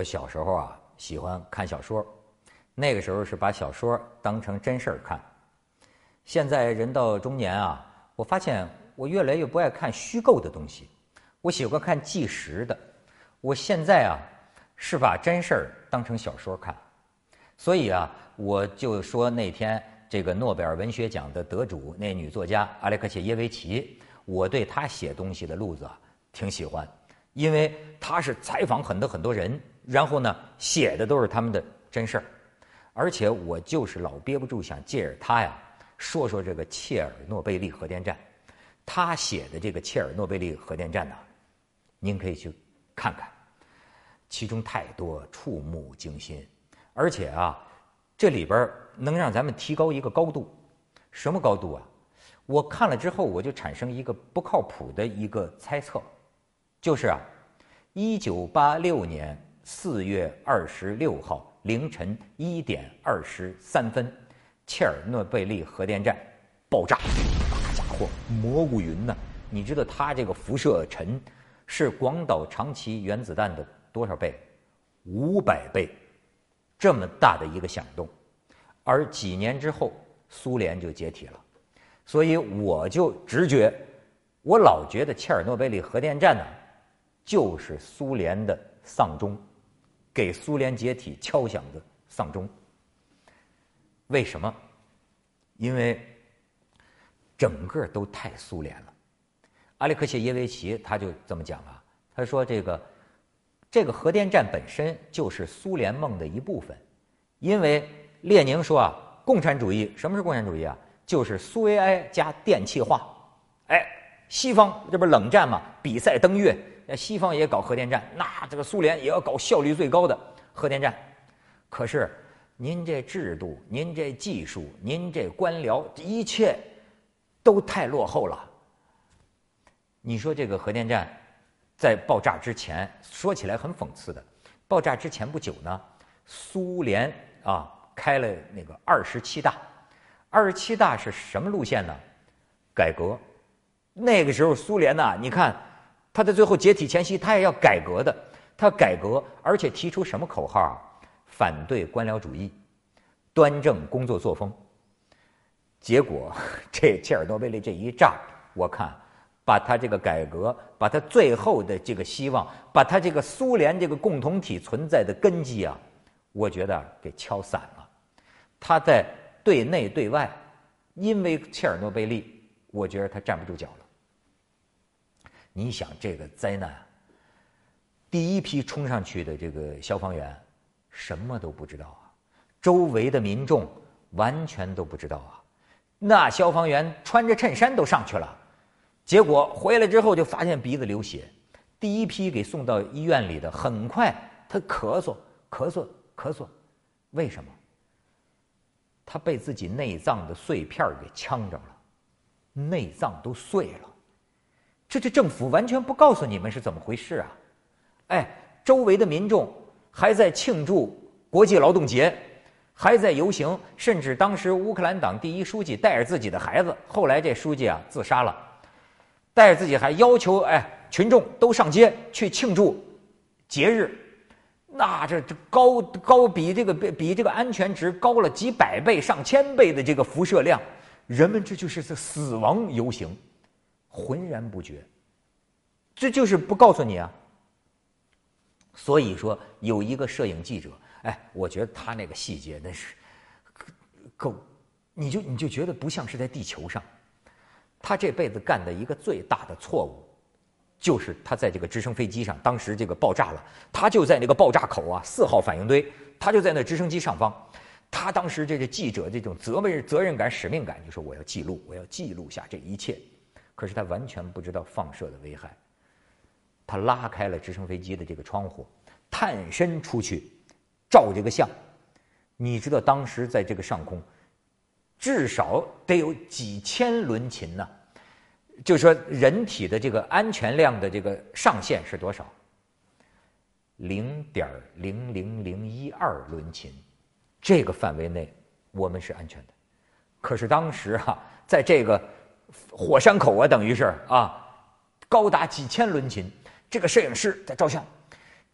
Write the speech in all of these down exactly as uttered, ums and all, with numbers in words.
小时候啊，喜欢看小说，那个时候是把小说当成真事儿看。现在人到中年啊，我发现我越来越不爱看虚构的东西，我喜欢看纪实的。我现在啊，是把真事儿当成小说看。所以啊，我就说那天这个诺贝尔文学奖的得主那女作家阿列克谢耶维奇，我对她写东西的路子啊挺喜欢，因为她是采访很多很多人，然后呢写的都是他们的真事儿，而且我就是老憋不住想借着她呀说说这个切尔诺贝利核电站。她写的这个切尔诺贝利核电站呢，您可以去看看，其中太多触目惊心。而且啊，这里边能让咱们提高一个高度。什么高度啊？我看了之后，我就产生一个不靠谱的一个猜测，就是啊，一九八六年四月二十六号凌晨一点二十三分，切尔诺贝利核电站爆炸，大家伙蘑菇云呢？你知道它这个辐射尘是广岛长崎原子弹的多少倍？五百倍。这么大的一个响动，而几年之后，苏联就解体了。所以我就直觉，我老觉得切尔诺贝利核电站呢，就是苏联的丧钟，给苏联解体敲响的丧钟。为什么？因为整个都太苏联了。阿列克谢耶维奇他就这么讲啊，他说这个。这个核电站本身就是苏联梦的一部分，因为列宁说啊，共产主义什么是共产主义啊？就是苏维埃加电气化。哎，西方这不是冷战嘛，比赛登月，西方也搞核电站，那这个苏联也要搞效率最高的核电站。可是您这制度、您这技术、您这官僚，一切都太落后了。你说这个核电站在爆炸之前，说起来很讽刺的，爆炸之前不久呢，苏联啊开了那个二十七大。二十七大是什么路线呢？改革。那个时候苏联呢，你看他在最后解体前夕，他也要改革的，他改革，而且提出什么口号啊？反对官僚主义，端正工作作风。结果这切尔诺贝利这一炸，我看把他这个改革，把他最后的这个希望，把他这个苏联这个共同体存在的根基啊，我觉得给敲散了。他在对内对外，因为切尔诺贝利，我觉得他站不住脚了。你想这个灾难，第一批冲上去的这个消防员，什么都不知道啊，周围的民众完全都不知道啊。那消防员穿着衬衫都上去了。结果回来之后就发现鼻子流血，第一批给送到医院里的，很快他咳嗽咳嗽咳嗽，为什么？他被自己内脏的碎片给呛着了，内脏都碎了。这这政府完全不告诉你们是怎么回事啊！哎，周围的民众还在庆祝国际劳动节，还在游行，甚至当时乌克兰党第一书记带着自己的孩子，后来这书记啊自杀了。带着自己还要求哎，群众都上街去庆祝节日，那这这高高比这个比这个安全值高了几百倍、上千倍的这个辐射量，人们这就是死亡游行，浑然不觉，这就是不告诉你啊。所以说有一个摄影记者，哎，我觉得他那个细节那是够，你就你就觉得不像是在地球上。他这辈子干的一个最大的错误，就是他在这个直升飞机上，当时这个爆炸了，他就在那个爆炸口啊，四号反应堆，他就在那直升机上方。他当时这个记者这种责任责任感、使命感，就说我要记录，我要记录下这一切。可是他完全不知道放射的危害。他拉开了直升飞机的这个窗户，探身出去照这个相。你知道当时在这个上空，至少得有几千伦琴呢，就是说人体的这个安全量的这个上限是多少？零点零零零一二伦琴，这个范围内我们是安全的。可是当时啊，在这个火山口啊，等于是啊，高达几千伦琴，这个摄影师在照相，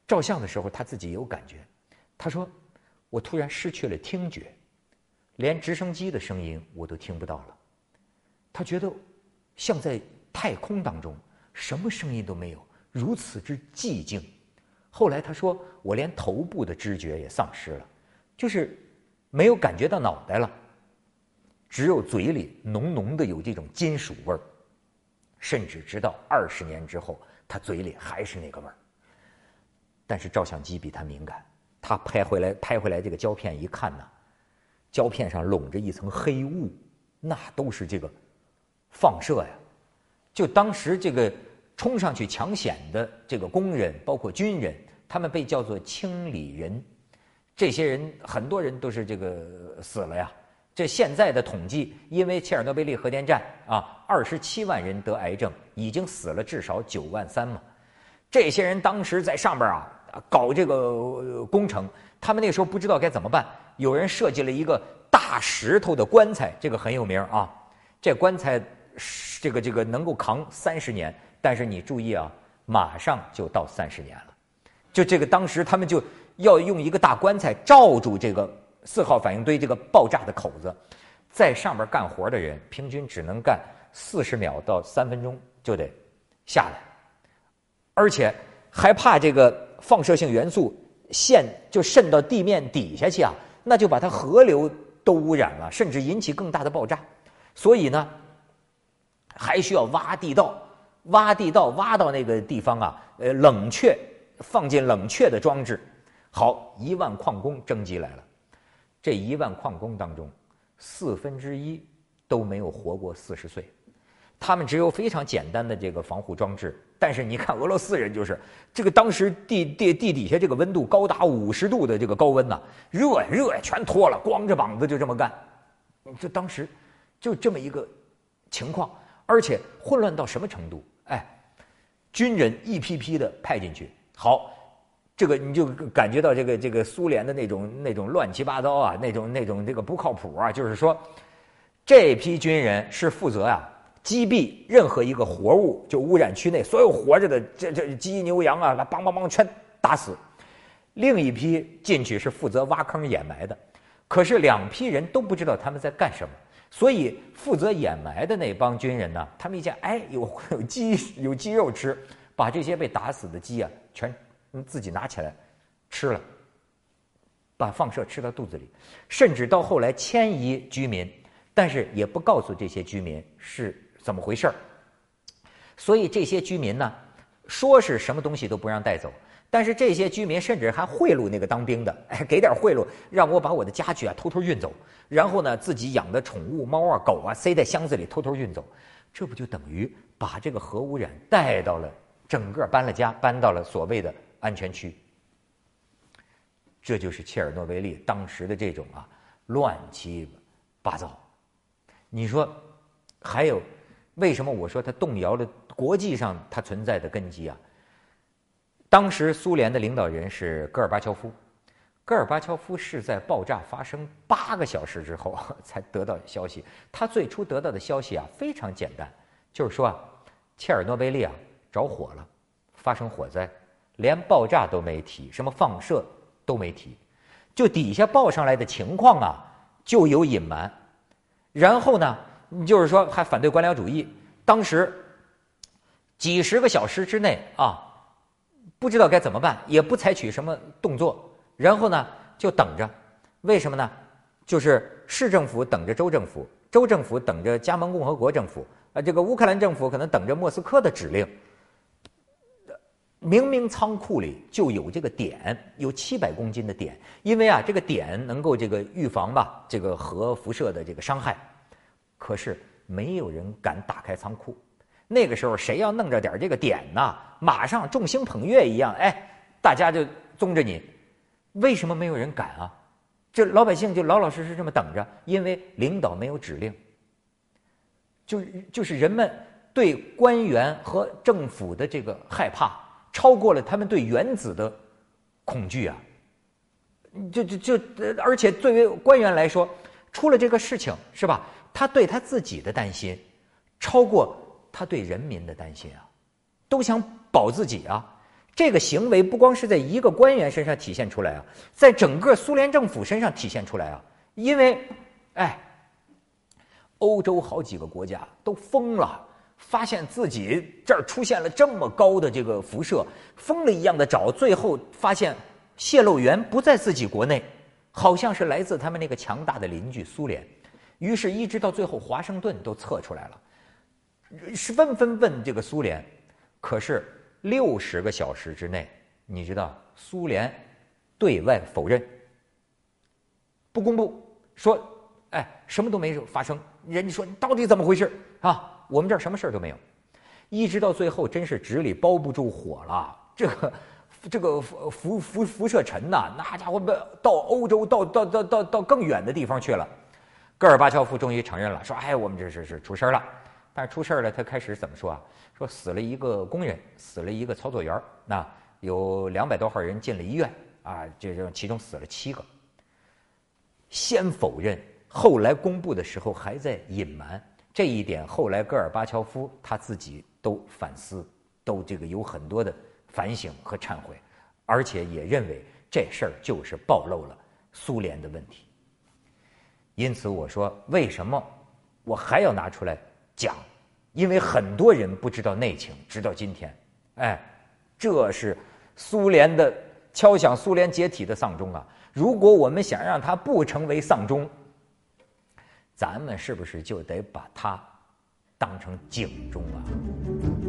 照相的时候他自己有感觉，他说我突然失去了听觉，连直升机的声音我都听不到了。他觉得像在太空当中，什么声音都没有，如此之寂静。后来他说我连头部的知觉也丧失了，就是没有感觉到脑袋了，只有嘴里浓浓的有这种金属味儿，甚至直到二十年之后，他嘴里还是那个味儿。但是照相机比他敏感，他拍回来拍回来这个胶片一看呢，胶片上笼着一层黑雾，那都是这个放射呀。就当时这个冲上去抢险的这个工人，包括军人，他们被叫做清理人。这些人很多人都是这个死了呀。这现在的统计，因为切尔诺贝利核电站啊，二十七万人得癌症，已经死了至少九万三嘛。这些人当时在上边啊搞这个工程，他们那个时候不知道该怎么办，有人设计了一个大石头的棺材，这个很有名啊。这棺材这个这个能够扛三十年，但是你注意啊，马上就到三十年了。就这个当时他们就要用一个大棺材罩住这个四号反应堆这个爆炸的口子，在上面干活的人平均只能干四十秒到三分钟就得下来，而且还怕这个放射性元素陷就渗到地面底下去啊，那就把它河流都污染了，甚至引起更大的爆炸。所以呢，还需要挖地道，挖地道挖到那个地方啊，呃，冷却，放进冷却的装置。好，一万矿工征集来了，这一万矿工当中，四分之一都没有活过四十岁，他们只有非常简单的这个防护装置。但是你看俄罗斯人就是这个，当时地地地底下这个温度高达五十度的这个高温呐、啊，热呀热呀，全脱了，光着膀子就这么干。就当时就这么一个情况，而且混乱到什么程度？哎，军人一批批的派进去，好。这个你就感觉到这个这个苏联的那种那种乱七八糟啊，那种那种这个不靠谱啊，就是说，这批军人是负责啊击毙任何一个活物，就污染区内所有活着的这这鸡牛羊啊，梆梆梆全打死。另一批进去是负责挖坑掩埋的，可是两批人都不知道他们在干什么，所以负责掩埋的那帮军人呢，他们一见哎有有鸡有鸡肉吃，把这些被打死的鸡啊全。自己拿起来吃了，把放射吃到肚子里，甚至到后来迁移居民，但是也不告诉这些居民是怎么回事儿。所以这些居民呢，说是什么东西都不让带走，但是这些居民甚至还贿赂那个当兵的，哎，给点贿赂，让我把我的家具啊偷偷运走，然后呢自己养的宠物猫啊狗啊塞在箱子里偷偷运走，这不就等于把这个核污染带到了整个搬了家，搬到了所谓的安全区。这就是切尔诺贝利当时的这种啊乱七八糟。你说还有为什么我说它动摇了国际上它存在的根基啊？当时苏联的领导人是戈尔巴乔夫，戈尔巴乔夫是在爆炸发生八个小时之后才得到消息。他最初得到的消息啊非常简单，就是说啊切尔诺贝利啊着火了，发生火灾。连爆炸都没提，什么放射都没提，就底下报上来的情况啊，就有隐瞒。然后呢，就是说还反对官僚主义。当时几十个小时之内啊，不知道该怎么办，也不采取什么动作。然后呢，就等着。为什么呢？就是市政府等着州政府，州政府等着加盟共和国政府，啊，这个乌克兰政府可能等着莫斯科的指令。明明仓库里就有这个碘，有七百公斤的碘，因为啊这个碘能够这个预防吧这个核辐射的这个伤害，可是没有人敢打开仓库。那个时候谁要弄着点这个碘呐，马上众星捧月一样，哎，大家就宗着你。为什么没有人敢啊？这老百姓就老老实实这么等着，因为领导没有指令。就就是人们对官员和政府的这个害怕。超过了他们对原子的恐惧啊！就就就，而且作为官员来说，出了这个事情是吧？他对他自己的担心，超过他对人民的担心啊，都想保自己啊。 这个行为不光是在一个官员身上体现出来啊，在整个苏联政府身上体现出来啊。因为，哎，欧洲好几个国家都疯了，发现自己这儿出现了这么高的这个辐射，疯了一样的找，最后发现泄漏源不在自己国内，好像是来自他们那个强大的邻居苏联。于是，一直到最后，华盛顿都测出来了，是纷纷问这个苏联。可是六十个小时之内，你知道苏联对外否认，不公布，说哎什么都没发生。人家说你到底怎么回事啊？我们这儿什么事儿都没有。一直到最后，真是纸里包不住火了。这个这个辐辐辐射尘呐，那家伙到欧洲，到到到到到更远的地方去了。戈尔巴乔夫终于承认了，说哎我们这是是出事了。但是出事了，他开始怎么说啊？说死了一个工人，死了一个操作员，那有两百多号人进了医院啊，这这其中死了七个。先否认，后来公布的时候还在隐瞒这一点。后来戈尔巴乔夫他自己都反思，都这个有很多的反省和忏悔，而且也认为这事儿就是暴露了苏联的问题。因此我说，为什么我还要拿出来讲？因为很多人不知道内情，直到今天，哎，这是苏联的敲响苏联解体的丧钟啊！如果我们想让它不成为丧钟，咱们是不是就得把它当成警钟啊？